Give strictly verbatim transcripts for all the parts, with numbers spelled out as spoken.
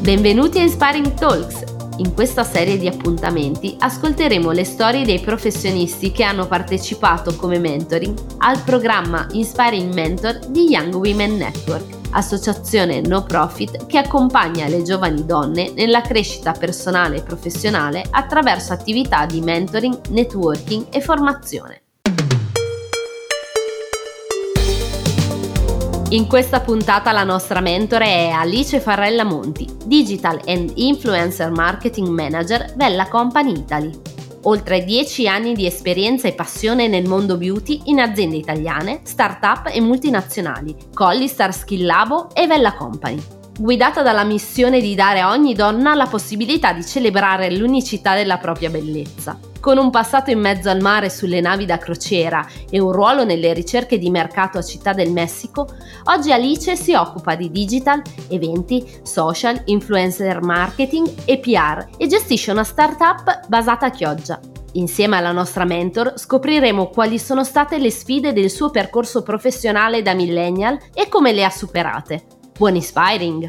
Benvenuti a Inspiring Talks! In questa serie di appuntamenti ascolteremo le storie dei professionisti che hanno partecipato come mentoring al programma Inspiring Mentor di Young Women Network, associazione no profit che accompagna le giovani donne nella crescita personale e professionale attraverso attività di mentoring, networking e formazione. In questa puntata la nostra mentore è Alice Farrella Monti, Digital and Influencer Marketing Manager Vella Company Italy. Oltre dieci anni di esperienza e passione nel mondo beauty in aziende italiane, start-up e multinazionali, Collistar Skill Labo e Vella Company. Guidata dalla missione di dare a ogni donna la possibilità di celebrare l'unicità della propria bellezza. Con un passato in mezzo al mare sulle navi da crociera e un ruolo nelle ricerche di mercato a Città del Messico, oggi Alice si occupa di digital, eventi, social, influencer marketing e P R e gestisce una startup basata a Chioggia. Insieme alla nostra mentor scopriremo quali sono state le sfide del suo percorso professionale da millennial e come le ha superate. Buon inspiring!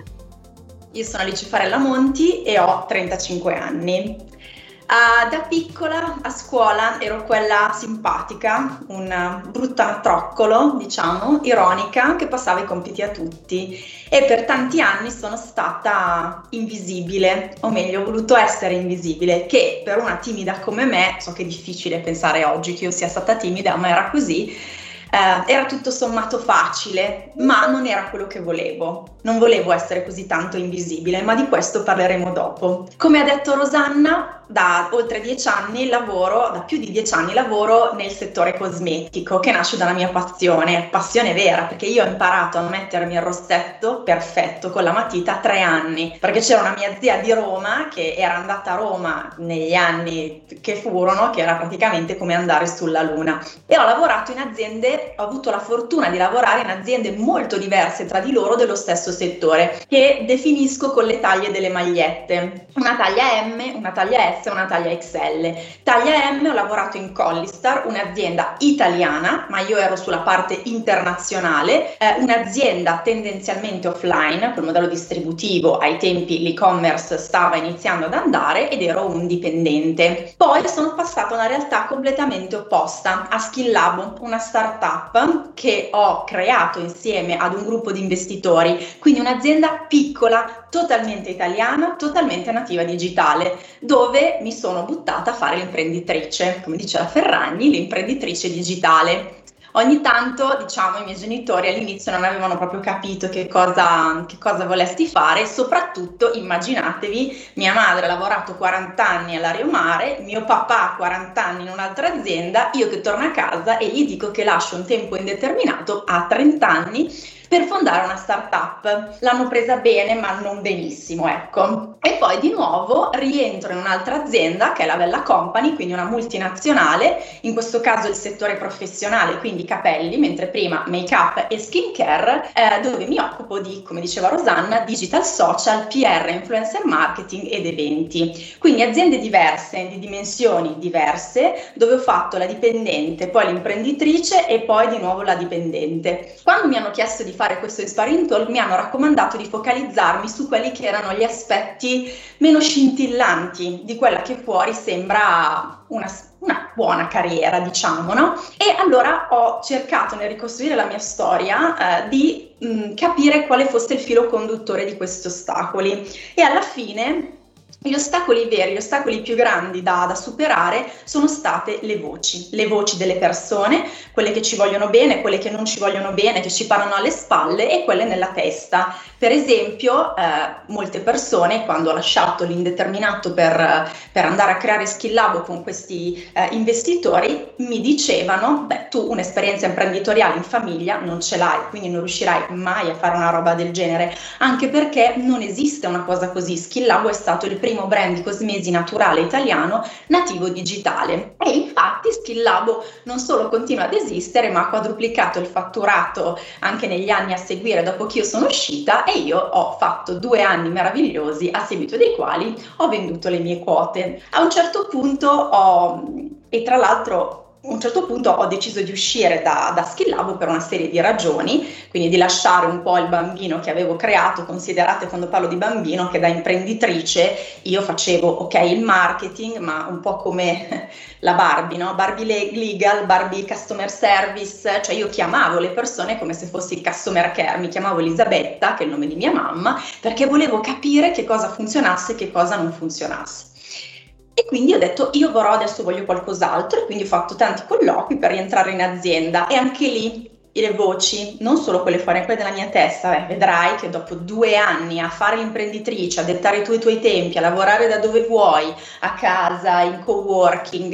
Io sono Alice Farrella Monti e ho trentacinque anni. Uh, da piccola a scuola ero quella simpatica, una brutta troccolo, diciamo, ironica, che passava i compiti a tutti e per tanti anni sono stata invisibile, o meglio, ho voluto essere invisibile, che per una timida come me, so che è difficile pensare oggi che io sia stata timida, ma era così, uh, era tutto sommato facile, ma non era quello che volevo. Non volevo essere così tanto invisibile, ma di questo parleremo dopo. Come ha detto Rosanna, da oltre dieci anni lavoro, da più di dieci anni lavoro nel settore cosmetico, che nasce dalla mia passione, passione vera, perché io ho imparato a mettermi il rossetto perfetto con la matita a tre anni, perché c'era una mia zia di Roma che era andata a Roma negli anni che furono, che era praticamente come andare sulla luna. E ho lavorato in aziende, ho avuto la fortuna di lavorare in aziende molto diverse tra di loro dello stesso settore, che definisco con le taglie delle magliette, una taglia M, una taglia S e una taglia X L. Taglia M ho lavorato in Collistar, un'azienda italiana, ma io ero sulla parte internazionale, eh, un'azienda tendenzialmente offline, col modello distributivo, ai tempi l'e-commerce stava iniziando ad andare ed ero un dipendente. Poi sono passata a una realtà completamente opposta, a Skill Labo, una startup che ho creato insieme ad un gruppo di investitori, quindi un'azienda piccola, totalmente italiana, totalmente nativa digitale, dove mi sono buttata a fare l'imprenditrice, come dice la Ferragni, l'imprenditrice digitale. Ogni tanto, diciamo, i miei genitori all'inizio non avevano proprio capito che cosa, che cosa volessi fare e soprattutto, immaginatevi, mia madre ha lavorato quaranta anni all'Ariomare, mio papà quaranta anni in un'altra azienda, io che torno a casa e gli dico che lascio un tempo indeterminato a trenta anni per fondare una startup. L'hanno presa bene ma non benissimo, ecco. E poi di nuovo rientro in un'altra azienda che è la Vella Company, quindi una multinazionale, in questo caso il settore professionale, quindi capelli, mentre prima make up e skincare, eh, dove mi occupo di, come diceva Rosanna, digital social, P R, influencer marketing ed eventi. Quindi aziende diverse, di dimensioni diverse, dove ho fatto la dipendente, poi l'imprenditrice e poi di nuovo la dipendente. Quando mi hanno chiesto di fare questo Inspiring Talk mi hanno raccomandato di focalizzarmi su quelli che erano gli aspetti meno scintillanti di quella che fuori sembra una, una buona carriera, diciamo, no? E allora ho cercato nel ricostruire la mia storia eh, di mh, capire quale fosse il filo conduttore di questi ostacoli e alla fine gli ostacoli veri, gli ostacoli più grandi da, da superare sono state le voci, le voci delle persone, quelle che ci vogliono bene, quelle che non ci vogliono bene, che ci parlano alle spalle e quelle nella testa. Per esempio, eh, molte persone quando ho lasciato l'indeterminato per, per andare a creare Skill Labo con questi eh, investitori mi dicevano, beh, tu un'esperienza imprenditoriale in famiglia non ce l'hai, quindi non riuscirai mai a fare una roba del genere, anche perché non esiste una cosa così. Skill Labo è stato il primo brand di cosmesi naturale italiano nativo digitale e infatti Skill Labo non solo continua ad esistere ma ha quadruplicato il fatturato anche negli anni a seguire dopo che io sono uscita e io ho fatto due anni meravigliosi a seguito dei quali ho venduto le mie quote. A un certo punto ho, e tra l'altro a un certo punto ho deciso di uscire da, da Skill Lab per una serie di ragioni, quindi di lasciare un po' il bambino che avevo creato. Considerate, quando parlo di bambino, che da imprenditrice io facevo ok il marketing, ma un po' come la Barbie, no? Barbie legal, Barbie customer service, cioè io chiamavo le persone come se fossi il customer care, mi chiamavo Elisabetta, che è il nome di mia mamma, perché volevo capire che cosa funzionasse e che cosa non funzionasse. E quindi ho detto, io però adesso voglio qualcos'altro, e quindi ho fatto tanti colloqui per rientrare in azienda, e anche lì le voci, non solo quelle fuori, quelle della mia testa, beh, vedrai che dopo due anni a fare l'imprenditrice, a dettare tu i tuoi tempi, a lavorare da dove vuoi, a casa, in coworking,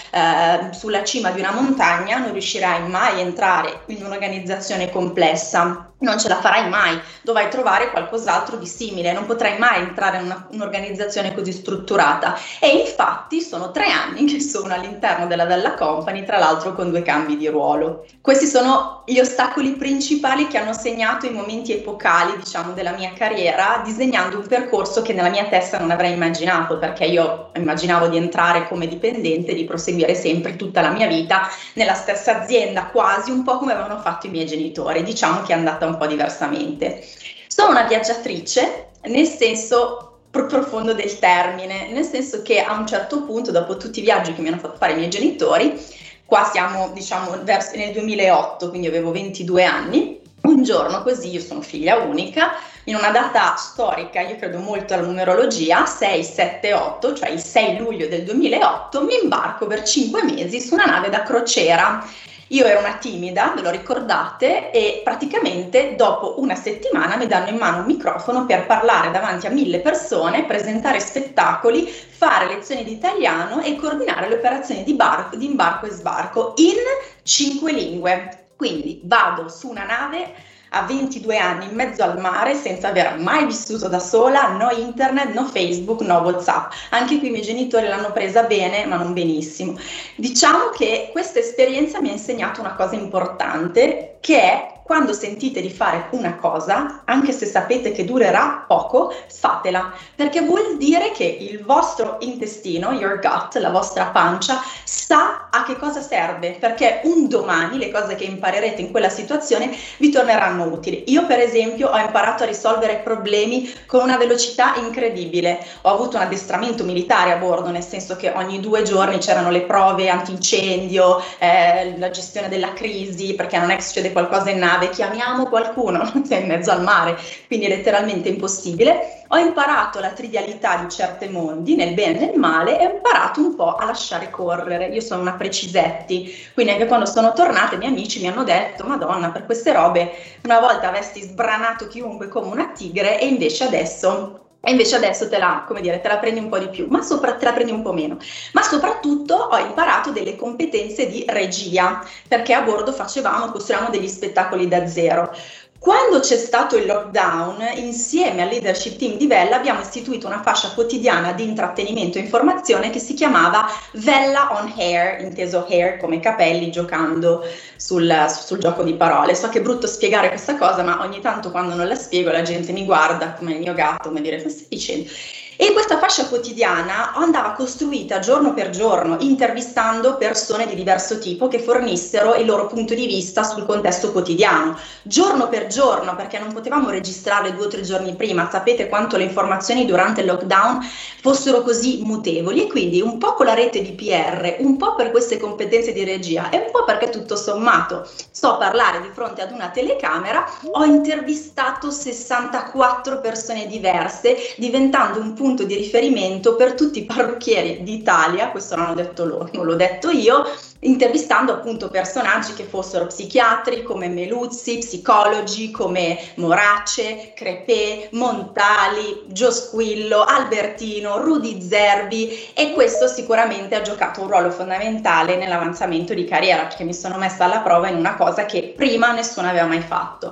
eh, sulla cima di una montagna, non riuscirai mai a entrare in un'organizzazione complessa. Non ce la farai mai, dovrai trovare qualcos'altro di simile, non potrai mai entrare in una, un'organizzazione così strutturata. E infatti sono tre anni che sono all'interno della Vella Company, tra l'altro con due cambi di ruolo. Questi sono gli ostacoli principali che hanno segnato i momenti epocali, diciamo, della mia carriera, disegnando un percorso che nella mia testa non avrei immaginato, perché io immaginavo di entrare come dipendente, di proseguire sempre tutta la mia vita nella stessa azienda, quasi un po' come avevano fatto i miei genitori. Diciamo che è andata un po' diversamente. Sono una viaggiatrice nel senso profondo del termine, nel senso che a un certo punto, dopo tutti i viaggi che mi hanno fatto fare i miei genitori, qua siamo diciamo verso nel duemilaotto, quindi avevo ventidue anni, un giorno così, io sono figlia unica, in una data storica, io credo molto alla numerologia, sei sette otto, cioè il sei luglio del duemilaotto, mi imbarco per cinque mesi su una nave da crociera. Io ero una timida, ve lo ricordate, e praticamente dopo una settimana mi danno in mano un microfono per parlare davanti a mille persone, presentare spettacoli, fare lezioni di italiano e coordinare le operazioni di, bar- di imbarco e sbarco in cinque lingue. Quindi vado su una nave a ventidue anni in mezzo al mare senza aver mai vissuto da sola, no internet, no Facebook, no WhatsApp. Anche qui i miei genitori l'hanno presa bene, ma non benissimo. Diciamo che questa esperienza mi ha insegnato una cosa importante, che è: quando sentite di fare una cosa, anche se sapete che durerà poco, fatela, perché vuol dire che il vostro intestino, your gut, la vostra pancia, sa a che cosa serve, perché un domani le cose che imparerete in quella situazione vi torneranno utili. Io per esempio ho imparato a risolvere problemi con una velocità incredibile, ho avuto un addestramento militare a bordo, nel senso che ogni due giorni c'erano le prove antincendio, eh, la gestione della crisi, perché non è che succede qualcosa in nave, chiamiamo qualcuno, sei in mezzo al mare, quindi è letteralmente impossibile. Ho imparato la trivialità di certi mondi, nel bene e nel male, e ho imparato un po' a lasciare correre. Io sono una precisetti, quindi anche quando sono tornata i miei amici mi hanno detto: Madonna, per queste robe una volta avessi sbranato chiunque come una tigre, e invece adesso E invece adesso te la, come dire, te la prendi un po' di più, ma sopra, te la prendi un po' meno. Ma soprattutto ho imparato delle competenze di regia, perché a bordo facevamo, costruivamo degli spettacoli da zero. Quando c'è stato il lockdown, insieme al leadership team di Vella abbiamo istituito una fascia quotidiana di intrattenimento e informazione che si chiamava Vella on Air, inteso hair come capelli, giocando sul, sul gioco di parole. So che è brutto spiegare questa cosa, ma ogni tanto quando non la spiego la gente mi guarda come il mio gatto, come dire: cosa stai dicendo? E questa fascia quotidiana andava costruita giorno per giorno, intervistando persone di diverso tipo che fornissero il loro punto di vista sul contesto quotidiano, giorno per giorno, perché non potevamo registrarle due o tre giorni prima. Sapete quanto le informazioni durante il lockdown fossero così mutevoli, e quindi un po' con la rete di P R, un po' per queste competenze di regia e un po' perché tutto sommato so parlare di fronte ad una telecamera, ho intervistato sessantaquattro persone diverse, diventando un punto di riferimento per tutti i parrucchieri d'Italia. Questo l'hanno detto loro, non l'ho detto io, intervistando appunto personaggi che fossero psichiatri come Meluzzi, psicologi come Morace, Crepè, Montali, Giosquillo, Albertino, Rudy Zerbi, e questo sicuramente ha giocato un ruolo fondamentale nell'avanzamento di carriera, perché mi sono messa alla prova in una cosa che prima nessuno aveva mai fatto.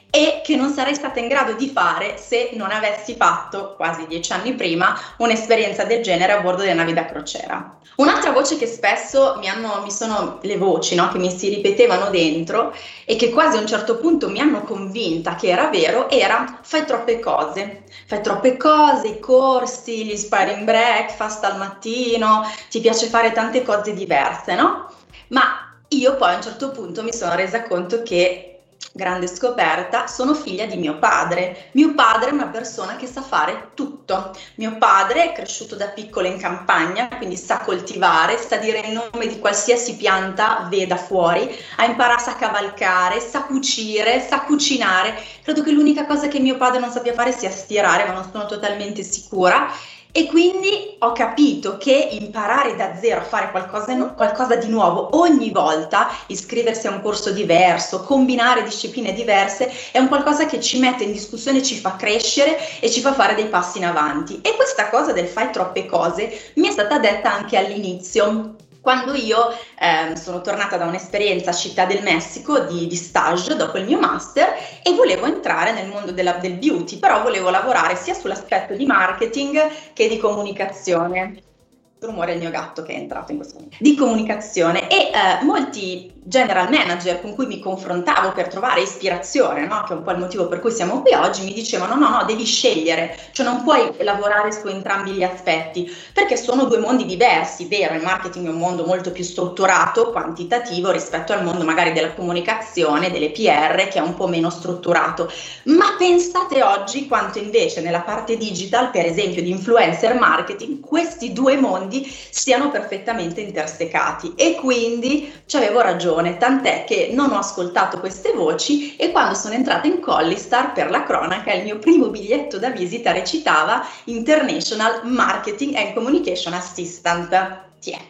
e che non sarei stata in grado di fare se non avessi fatto, quasi dieci anni prima, un'esperienza del genere a bordo delle navi da crociera. Un'altra voce che spesso mi hanno, mi sono le voci, no, che mi si ripetevano dentro e che quasi a un certo punto mi hanno convinta che era vero, era: fai troppe cose, fai troppe cose, i corsi, gli sparring breakfast al mattino, ti piace fare tante cose diverse, no? Ma io poi a un certo punto mi sono resa conto che, grande scoperta, sono figlia di mio padre. Mio padre è una persona che sa fare tutto. Mio padre è cresciuto da piccolo in campagna, quindi sa coltivare, sa dire il nome di qualsiasi pianta veda fuori, ha imparato a cavalcare, sa cucire, sa cucinare. Credo che l'unica cosa che mio padre non sappia fare sia stirare, ma non sono totalmente sicura. E quindi ho capito che imparare da zero a fare qualcosa, qualcosa di nuovo ogni volta, iscriversi a un corso diverso, combinare discipline diverse, è un qualcosa che ci mette in discussione, ci fa crescere e ci fa fare dei passi in avanti. E questa cosa del fai troppe cose mi è stata detta anche all'inizio, quando io eh, sono tornata da un'esperienza a Città del Messico di, di stage dopo il mio master e volevo entrare nel mondo della, del beauty, però volevo lavorare sia sull'aspetto di marketing che di comunicazione. Il rumore è il mio gatto che è entrato in questo momento. Di comunicazione e eh, molti general manager con cui mi confrontavo per trovare ispirazione, no? Che è un po' il motivo per cui siamo qui oggi, mi dicevano no, no, devi scegliere, cioè non puoi lavorare su entrambi gli aspetti, perché sono due mondi diversi, vero? Il marketing è un mondo molto più strutturato, quantitativo, rispetto al mondo magari della comunicazione, delle P R, che è un po' meno strutturato. Ma pensate oggi quanto invece nella parte digital, per esempio di influencer marketing, questi due mondi siano perfettamente intersecati, e quindi ci avevo ragione, tant'è che non ho ascoltato queste voci e quando sono entrata in Collistar, per la cronaca, il mio primo biglietto da visita recitava International Marketing and Communication Assistant. Tiè.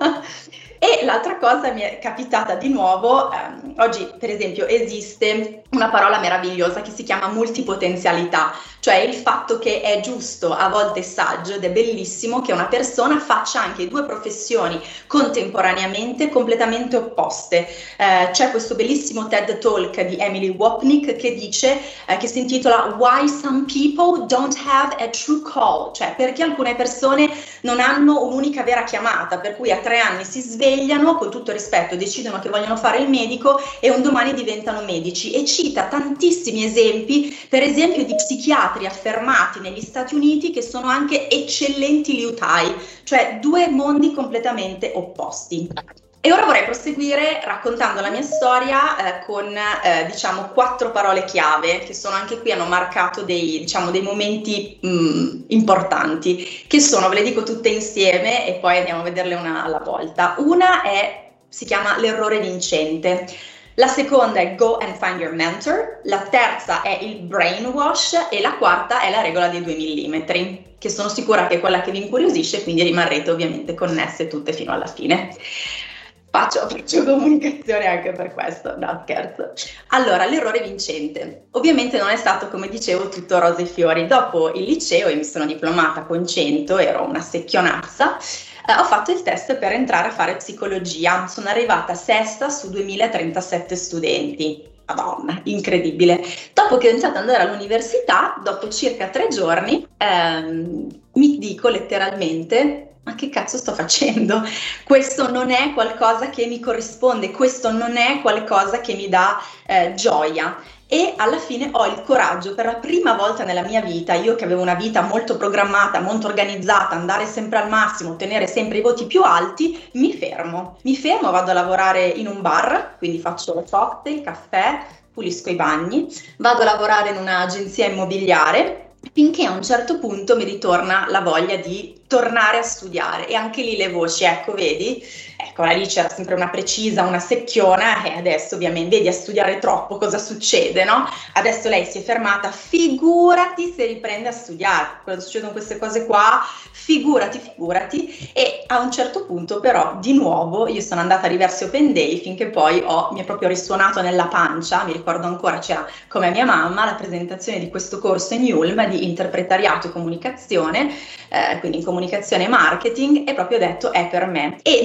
E l'altra cosa mi è capitata di nuovo, ehm, oggi per esempio esiste una parola meravigliosa che si chiama multipotenzialità, cioè il fatto che è giusto, a volte saggio ed è bellissimo che una persona faccia anche due professioni contemporaneamente completamente opposte. Eh, c'è questo bellissimo TED Talk di Emily Wapnick che dice, eh, che si intitola Why Some People Don't Have a True Call, cioè perché alcune persone non hanno un'unica vera chiamata, per cui a tre anni si svegliano, con tutto rispetto, decidono che vogliono fare il medico e un domani diventano medici, e cita tantissimi esempi, per esempio di psichiatri affermati negli Stati Uniti che sono anche eccellenti liutai, cioè due mondi completamente opposti. E ora vorrei proseguire raccontando la mia storia eh, con eh, diciamo quattro parole chiave che sono anche qui, hanno marcato dei, diciamo, dei momenti mh, importanti, che sono, ve le dico tutte insieme e poi andiamo a vederle una alla volta. Una è, si chiama l'errore vincente. La seconda è Go and Find Your Mentor, la terza è il brainwash e la quarta è la regola dei due millimetri, che sono sicura che è quella che vi incuriosisce, quindi rimarrete ovviamente connesse tutte fino alla fine. Faccio, faccio comunicazione anche per questo, no scherzo. Allora, l'errore vincente. Ovviamente non è stato, come dicevo, tutto rose e fiori. Dopo il liceo, e mi sono diplomata con cento, ero una secchionazza, eh, ho fatto il test per entrare a fare psicologia. Sono arrivata sesta su duemilatrentasette studenti. Madonna, incredibile. Dopo che ho iniziato ad andare all'università, dopo circa tre giorni, ehm, mi dico letteralmente: ma che cazzo sto facendo? Questo non è qualcosa che mi corrisponde, questo non è qualcosa che mi dà eh, gioia. E alla fine ho il coraggio, per la prima volta nella mia vita, io che avevo una vita molto programmata, molto organizzata, andare sempre al massimo, ottenere sempre i voti più alti, mi fermo. Mi fermo, vado a lavorare in un bar, quindi faccio cocktail, caffè, pulisco i bagni, vado a lavorare in un'agenzia immobiliare, finché a un certo punto mi ritorna la voglia di tornare a studiare, e anche lì le voci, ecco vedi, ecco lì c'era sempre una precisa, una secchiona, e adesso ovviamente vedi a studiare troppo cosa succede, no? Adesso lei si è fermata, figurati se riprende a studiare, quando succedono queste cose qua, figurati, figurati, e a un certo punto però di nuovo io sono andata a diversi open day finché poi ho, mi è proprio risuonato nella pancia, mi ricordo ancora, c'era come mia mamma la presentazione di questo corso in Ulm di interpretariato e comunicazione, eh, quindi in comunicazione e marketing, e proprio ho detto è per me, e non riprenderò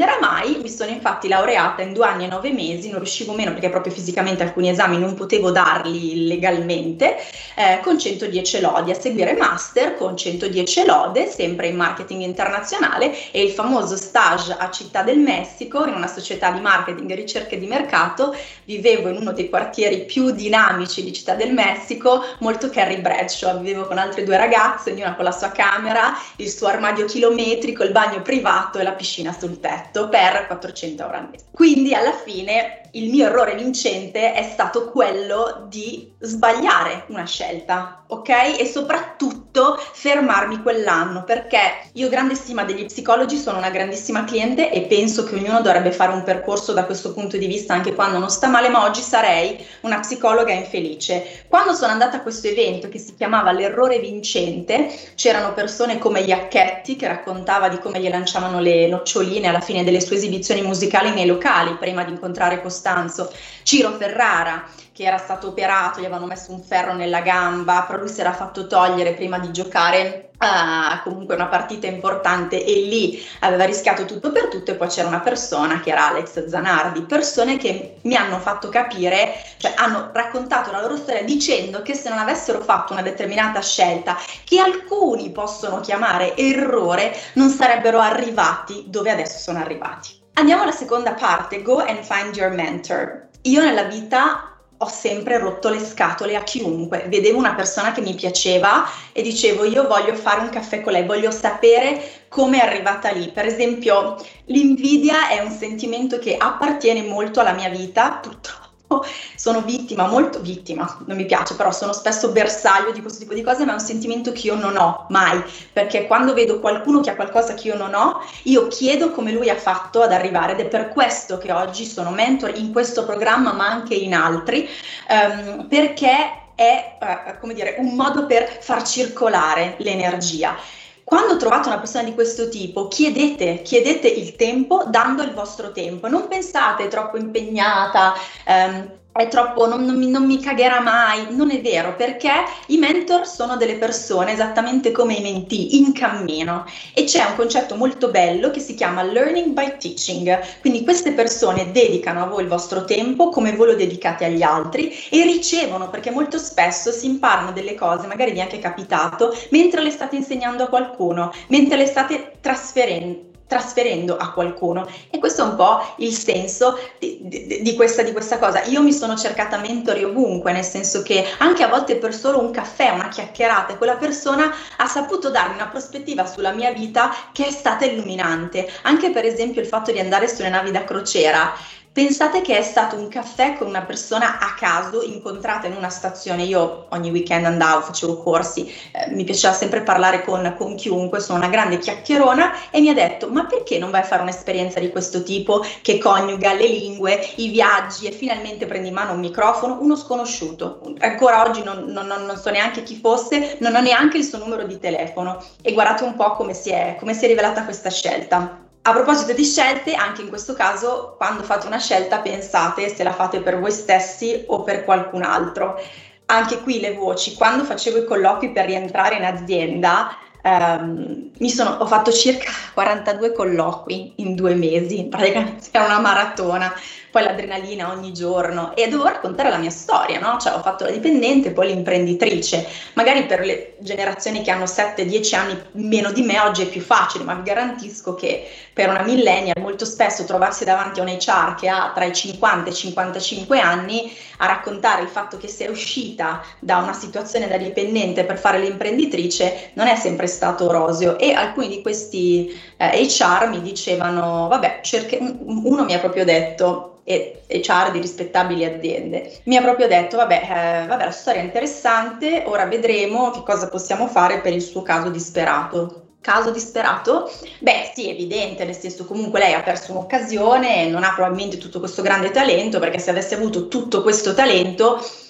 succederà mai, mi sono infatti laureata in due anni e nove mesi, non riuscivo meno perché proprio fisicamente alcuni esami non potevo darli legalmente, eh, con centodieci lodi, a seguire master con centodieci lode, sempre in marketing internazionale, e il famoso stage a Città del Messico, in una società di marketing e ricerche di mercato. Vivevo in uno dei quartieri più dinamici di Città del Messico, molto Carrie Bradshaw, vivevo con altre due ragazze, ognuna con la sua camera, il suo armadio chilometrico, il bagno privato e la piscina sul tetto per quattrocento euro al mese. Quindi alla fine il mio errore vincente è stato quello di sbagliare una scelta, ok? E soprattutto fermarmi quell'anno, perché io ho grande stima degli psicologi, sono una grandissima cliente e penso che ognuno dovrebbe fare un percorso da questo punto di vista anche quando non sta male, ma oggi sarei una psicologa infelice. Quando sono andata a questo evento che si chiamava l'errore vincente, c'erano persone come Iacchetti che raccontava di come gli lanciavano le noccioline alla fine delle sue esibizioni musicali nei locali prima di incontrare Costanzo, Ciro Ferrara che era stato operato, gli avevano messo un ferro nella gamba, però lui si era fatto togliere prima di giocare uh, comunque una partita importante e lì aveva rischiato tutto per tutto. E poi c'era una persona che era Alex Zanardi, persone che mi hanno fatto capire, cioè hanno raccontato la loro storia dicendo che se non avessero fatto una determinata scelta, che alcuni possono chiamare errore, non sarebbero arrivati dove adesso sono arrivati. Andiamo alla seconda parte, go and find your mentor. Io nella vita ho sempre rotto le scatole a chiunque, vedevo una persona che mi piaceva e dicevo io voglio fare un caffè con lei, voglio sapere come è arrivata lì. Per esempio l'invidia è un sentimento che appartiene molto alla mia vita, purtroppo sono vittima, molto vittima, non mi piace, però sono spesso bersaglio di questo tipo di cose, ma è un sentimento che io non ho mai, perché quando vedo qualcuno che ha qualcosa che io non ho, io chiedo come lui ha fatto ad arrivare, ed è per questo che oggi sono mentor in questo programma, ma anche in altri, um, perché è, uh, come dire, un modo per far circolare l'energia. Quando trovate una persona di questo tipo, chiedete, chiedete il tempo dando il vostro tempo, non pensate è troppo impegnata, ehm, è troppo, non, non, mi, non mi cagherà mai, non è vero, perché i mentor sono delle persone esattamente come i mentee, in cammino, e c'è un concetto molto bello che si chiama learning by teaching, quindi queste persone dedicano a voi il vostro tempo come voi lo dedicate agli altri e ricevono, perché molto spesso si imparano delle cose, magari vi è anche capitato, mentre le state insegnando a qualcuno, mentre le state trasferendo trasferendo a qualcuno, e questo è un po' il senso di, di, di, questa, di questa cosa. Io mi sono cercata mentori ovunque, nel senso che anche a volte per solo un caffè, una chiacchierata, quella persona ha saputo darmi una prospettiva sulla mia vita che è stata illuminante. Anche per esempio il fatto di andare sulle navi da crociera. Pensate che è stato un caffè con una persona a caso incontrata in una stazione. Io ogni weekend andavo, facevo corsi, eh, mi piaceva sempre parlare con, con chiunque, sono una grande chiacchierona, e mi ha detto ma perché non vai a fare un'esperienza di questo tipo che coniuga le lingue, i viaggi, e finalmente prendi in mano un microfono, uno sconosciuto, ancora oggi non, non, non so neanche chi fosse, non ho neanche il suo numero di telefono, e guardate un po' come si è, come si è rivelata questa scelta. A proposito di scelte, anche in questo caso, quando fate una scelta pensate se la fate per voi stessi o per qualcun altro. Anche qui le voci, quando facevo i colloqui per rientrare in azienda, ehm, mi sono, ho fatto circa quarantadue colloqui in due mesi, praticamente era una maratona, poi l'adrenalina ogni giorno, e dovevo raccontare la mia storia, no? Cioè ho fatto la dipendente, poi l'imprenditrice. Magari per le generazioni che hanno sette dieci anni meno di me oggi è più facile, ma vi garantisco che per una millennial molto spesso trovarsi davanti a un H R che ha tra i cinquanta e i cinquantacinque anni a raccontare il fatto che sei uscita da una situazione da dipendente per fare l'imprenditrice non è sempre stato roseo, e alcuni di questi eh, H R mi dicevano vabbè, cerche... uno mi ha proprio detto, e H R di rispettabili aziende, mi ha proprio detto vabbè, eh, vabbè la storia è interessante, ora vedremo che cosa possiamo fare per il suo caso disperato. Caso disperato? Beh sì, è evidente, nel senso comunque lei ha perso un'occasione, non ha probabilmente tutto questo grande talento, perché se avesse avuto tutto questo talento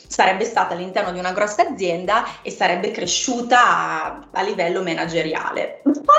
sarebbe stata all'interno di una grossa azienda e sarebbe cresciuta a, a livello manageriale.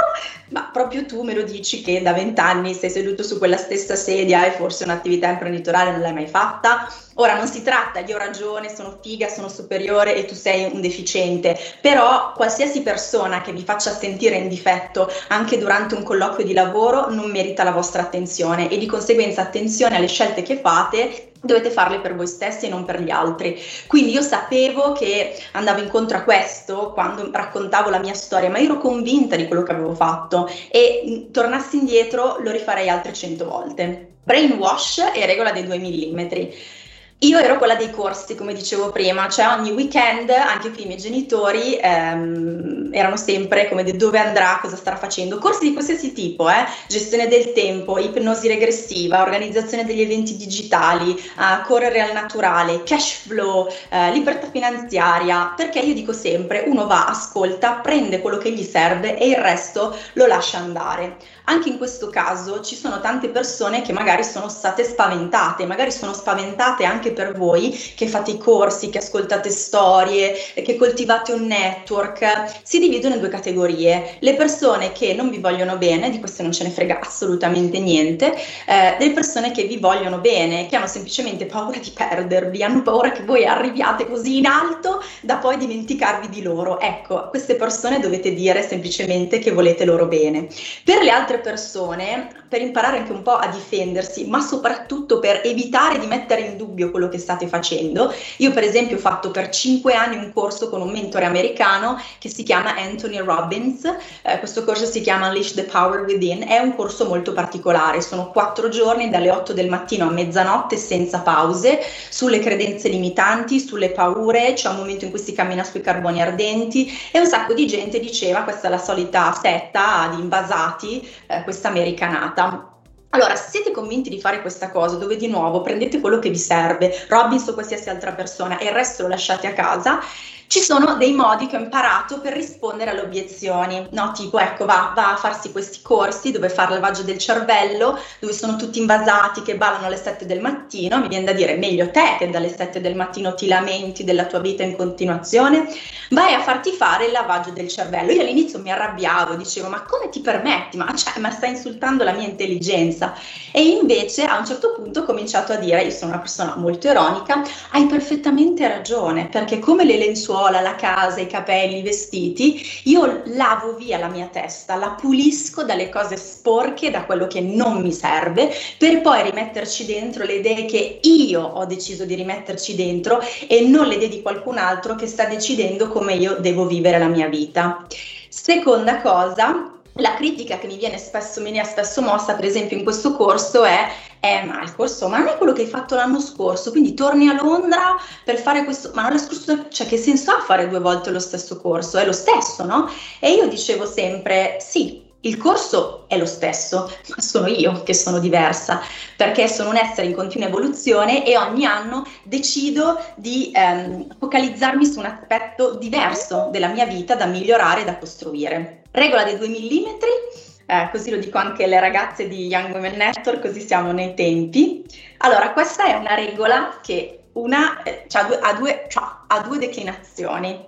Ma proprio tu me lo dici che da vent'anni sei seduto su quella stessa sedia e forse un'attività imprenditoriale non l'hai mai fatta? Ora non si tratta di ho ragione, sono figa, sono superiore e tu sei un deficiente, però qualsiasi persona che vi faccia sentire in difetto anche durante un colloquio di lavoro non merita la vostra attenzione e di conseguenza attenzione alle scelte che fate, dovete farle per voi stessi e non per gli altri. Quindi io sapevo che andavo incontro a questo quando raccontavo la mia storia, ma io ero convinta di quello che avevo fatto e tornassi indietro lo rifarei altre cento volte. Brainwash e regola dei due millimetri. Io ero quella dei corsi, come dicevo prima, cioè ogni weekend, anche qui i miei genitori ehm, erano sempre come di dove andrà, cosa starà facendo, corsi di qualsiasi tipo, eh? Gestione del tempo, ipnosi regressiva, organizzazione degli eventi digitali, uh, correre al naturale, cash flow, uh, libertà finanziaria, perché io dico sempre, uno va, ascolta, prende quello che gli serve e il resto lo lascia andare. Anche in questo caso ci sono tante persone che magari sono state spaventate, magari sono spaventate anche per voi che fate i corsi, che ascoltate storie, che coltivate un network. Si dividono in due categorie: le persone che non vi vogliono bene, di queste non ce ne frega assolutamente niente, eh, delle persone che vi vogliono bene, che hanno semplicemente paura di perdervi, hanno paura che voi arriviate così in alto da poi dimenticarvi di loro. Ecco, a queste persone dovete dire semplicemente che volete loro bene. Per le altre persone, per imparare anche un po' a difendersi, ma soprattutto per evitare di mettere in dubbio quello che state facendo. Io per esempio ho fatto per cinque anni un corso con un mentore americano che si chiama Anthony Robbins, eh, questo corso si chiama Unleash the Power Within, è un corso molto particolare, sono quattro giorni dalle otto del mattino a mezzanotte senza pause, sulle credenze limitanti, sulle paure, c'è un momento in cui si cammina sui carboni ardenti e un sacco di gente diceva, questa è la solita setta di invasati, eh, questa americanata. Allora, se siete convinti di fare questa cosa, dove di nuovo prendete quello che vi serve, Robbins o qualsiasi altra persona, e il resto lo lasciate a casa, ci sono dei modi che ho imparato per rispondere alle obiezioni, no? Tipo, ecco, va, va a farsi questi corsi dove fare lavaggio del cervello, dove sono tutti invasati che ballano alle sette del mattino, mi viene da dire meglio te che dalle sette del mattino ti lamenti della tua vita in continuazione, vai a farti fare il lavaggio del cervello. Io all'inizio mi arrabbiavo, dicevo ma come ti permetti? Ma, cioè, ma stai insultando la mia intelligenza? E invece a un certo punto ho cominciato a dire, io sono una persona molto ironica, hai perfettamente ragione, perché come le lenzuola, la casa, i capelli, i vestiti, io lavo via la mia testa, la pulisco dalle cose sporche, da quello che non mi serve, per poi rimetterci dentro le idee che io ho deciso di rimetterci dentro e non le idee di qualcun altro che sta decidendo come io devo vivere la mia vita. Seconda cosa, la critica che mi viene spesso, mi viene spesso mossa, per esempio in questo corso, è eh, ma il corso, ma non è quello che hai fatto l'anno scorso, quindi torni a Londra per fare questo, ma non l'anno scorso, cioè che senso ha fare due volte lo stesso corso? È lo stesso, no? E io dicevo sempre, sì, il corso è lo stesso, ma sono io che sono diversa, perché sono un essere in continua evoluzione e ogni anno decido di ehm, focalizzarmi su un aspetto diverso della mia vita da migliorare e da costruire. Regola dei due millimetri, eh, così lo dico anche alle ragazze di Young Women Network, così siamo nei tempi. Allora, questa è una regola che una, eh, ha, due, ha, due, ha due declinazioni.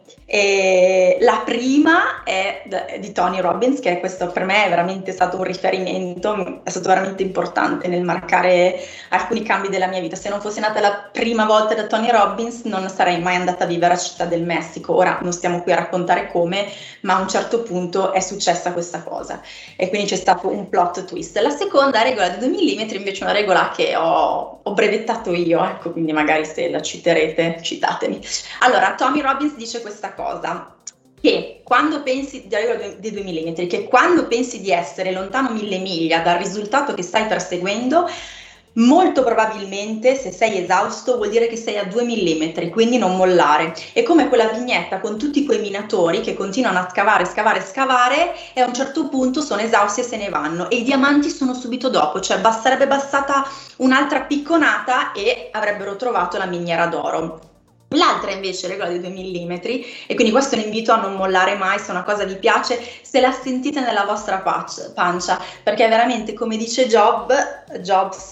E la prima è d- di Tony Robbins, che questo per me è veramente stato un riferimento, è stato veramente importante nel marcare alcuni cambi della mia vita. Se non fossi nata la prima volta da Tony Robbins non sarei mai andata a vivere a Città del Messico. Ora non stiamo qui a raccontare come, ma a un certo punto è successa questa cosa e quindi c'è stato un plot twist. La seconda regola di due millimetri invece è una regola che ho, ho brevettato io, ecco, quindi magari se la citerete citatemi. Allora, Tony Robbins dice questa cosa, che quando pensi dei due millimetri, che quando pensi di essere lontano mille miglia dal risultato che stai perseguendo, molto probabilmente se sei esausto vuol dire che sei a due millimetri, quindi non mollare. È come quella vignetta con tutti quei minatori che continuano a scavare, scavare, scavare e a un certo punto sono esausti e se ne vanno e i diamanti sono subito dopo, cioè sarebbe bastata un'altra picconata e avrebbero trovato la miniera d'oro. L'altra invece regola dei due millimetri, e quindi questo è un invito a non mollare mai se una cosa vi piace, se la sentite nella vostra pancia, perché veramente, come dice Job, Jobs,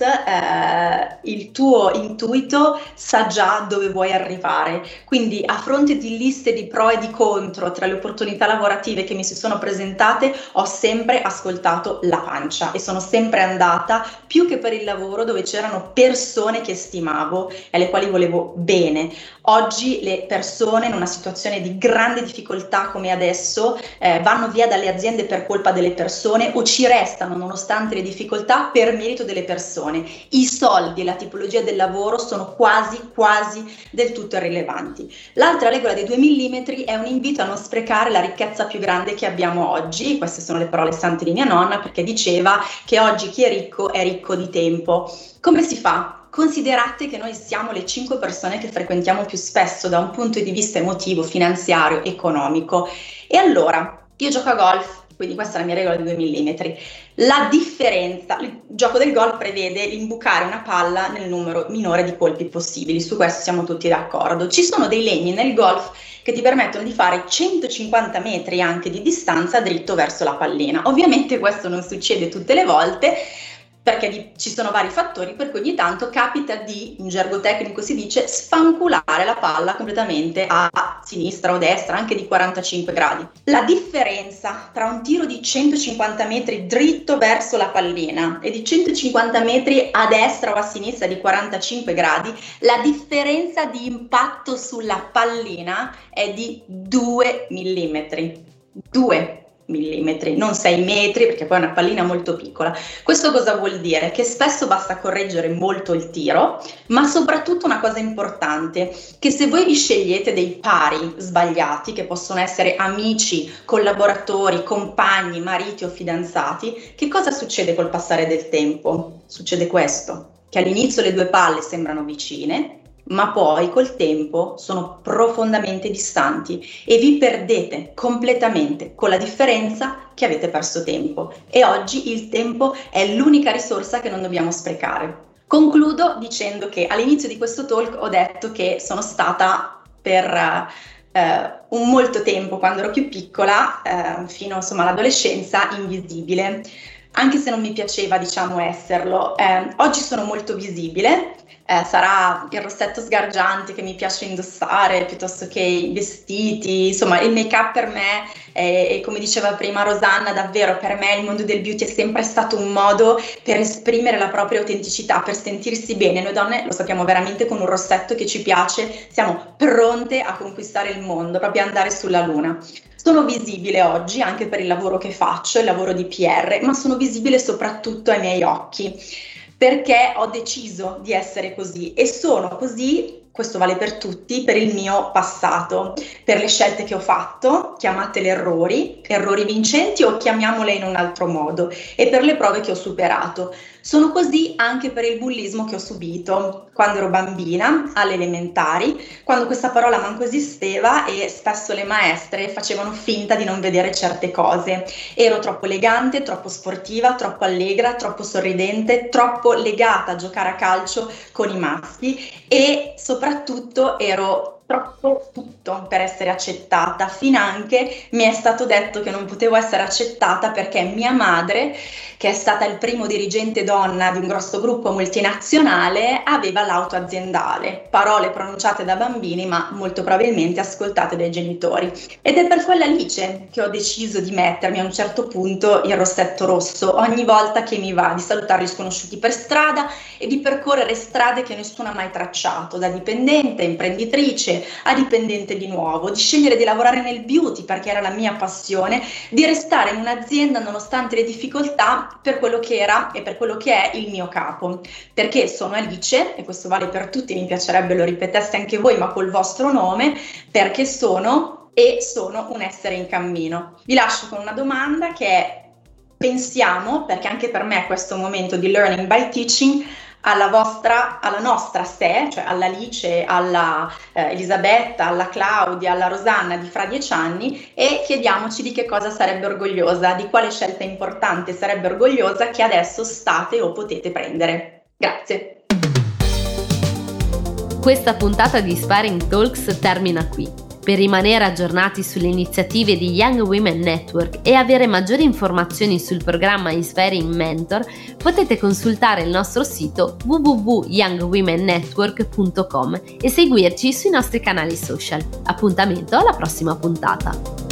eh, il tuo intuito sa già dove vuoi arrivare. Quindi a fronte di liste di pro e di contro tra le opportunità lavorative che mi si sono presentate, ho sempre ascoltato la pancia e sono sempre andata, più che per il lavoro, dove c'erano persone che stimavo e alle quali volevo bene. Oggi le persone in una situazione di grande difficoltà come adesso eh, vanno via dalle aziende per colpa delle persone o ci restano nonostante le difficoltà per merito delle persone. I soldi e la tipologia del lavoro sono quasi quasi del tutto irrilevanti. L'altra regola dei due millimetri è un invito a non sprecare la ricchezza più grande che abbiamo oggi. Queste sono le parole sante di mia nonna, perché diceva che oggi chi è ricco è ricco di tempo. Come si fa? Considerate che noi siamo le cinque persone che frequentiamo più spesso da un punto di vista emotivo, finanziario, economico. E allora, io gioco a golf, quindi questa è la mia regola di due millimetri. La differenza, il gioco del golf prevede l'imbucare una palla nel numero minore di colpi possibili, su questo siamo tutti d'accordo. Ci sono dei legni nel golf che ti permettono di fare centocinquanta metri anche di distanza dritto verso la pallina. Ovviamente questo non succede tutte le volte, perché di, ci sono vari fattori, per cui ogni tanto capita di, in gergo tecnico si dice, sfanculare la palla completamente a sinistra o destra, anche di quarantacinque gradi. La differenza tra un tiro di centocinquanta metri dritto verso la pallina e di centocinquanta metri a destra o a sinistra di quarantacinque gradi, la differenza di impatto sulla pallina è di due millimetri. due millimetri, non sei metri, perché poi è una pallina molto piccola. Questo cosa vuol dire? Che spesso basta correggere molto il tiro, ma soprattutto una cosa importante, che se voi vi scegliete dei pari sbagliati, che possono essere amici, collaboratori, compagni, mariti o fidanzati, che cosa succede col passare del tempo? Succede questo, che all'inizio le due palle sembrano vicine, ma poi col tempo sono profondamente distanti e vi perdete completamente, con la differenza che avete perso tempo. E oggi il tempo è l'unica risorsa che non dobbiamo sprecare. Concludo dicendo che all'inizio di questo talk ho detto che sono stata per eh, un molto tempo, quando ero più piccola, eh, fino insomma all'adolescenza, invisibile, anche se non mi piaceva, diciamo, esserlo. Eh, oggi sono molto visibile. Eh, sarà il rossetto sgargiante che mi piace indossare piuttosto che i vestiti, insomma il make up per me è, e come diceva prima Rosanna, davvero per me il mondo del beauty è sempre stato un modo per esprimere la propria autenticità, per sentirsi bene. Noi donne lo sappiamo veramente, con un rossetto che ci piace siamo pronte a conquistare il mondo, proprio andare sulla luna. Sono visibile oggi anche per il lavoro che faccio, il lavoro di P R, ma sono visibile soprattutto ai miei occhi, perché ho deciso di essere così e sono così, questo vale per tutti, per il mio passato, per le scelte che ho fatto, chiamatele errori, errori vincenti o chiamiamole in un altro modo, e per le prove che ho superato. Sono così anche per il bullismo che ho subito quando ero bambina, alle elementari, quando questa parola manco esisteva e spesso le maestre facevano finta di non vedere certe cose. Ero troppo elegante, troppo sportiva, troppo allegra, troppo sorridente, troppo legata a giocare a calcio con i maschi e soprattutto ero troppo tutto per essere accettata. Finanche mi è stato detto che non potevo essere accettata perché mia madre, che è stata il primo dirigente donna di un grosso gruppo multinazionale, aveva l'auto aziendale. Parole pronunciate da bambini ma molto probabilmente ascoltate dai genitori. Ed è per quella Alice che ho deciso di mettermi a un certo punto il rossetto rosso ogni volta che mi va, di salutare gli sconosciuti per strada e di percorrere strade che nessuno ha mai tracciato, da dipendente, imprenditrice, a dipendente di nuovo, di scegliere di lavorare nel beauty perché era la mia passione, di restare in un'azienda nonostante le difficoltà per quello che era e per quello che è il mio capo, perché sono Alice, e questo vale per tutti, mi piacerebbe lo ripeteste anche voi ma col vostro nome, perché sono e sono un essere in cammino. Vi lascio con una domanda che è: pensiamo, perché anche per me è questo momento di learning by teaching, alla vostra, alla nostra sé, cioè alla Alice, alla eh, Elisabetta, alla Claudia, alla Rosanna di fra dieci anni, e chiediamoci di che cosa sarebbe orgogliosa, di quale scelta importante sarebbe orgogliosa che adesso state o potete prendere. Grazie. Questa puntata di Inspiring Talks termina qui. Per rimanere aggiornati sulle iniziative di Young Women Network e avere maggiori informazioni sul programma Inspiring Mentor, potete consultare il nostro sito w w w punto young women network punto com e seguirci sui nostri canali social. Appuntamento alla prossima puntata!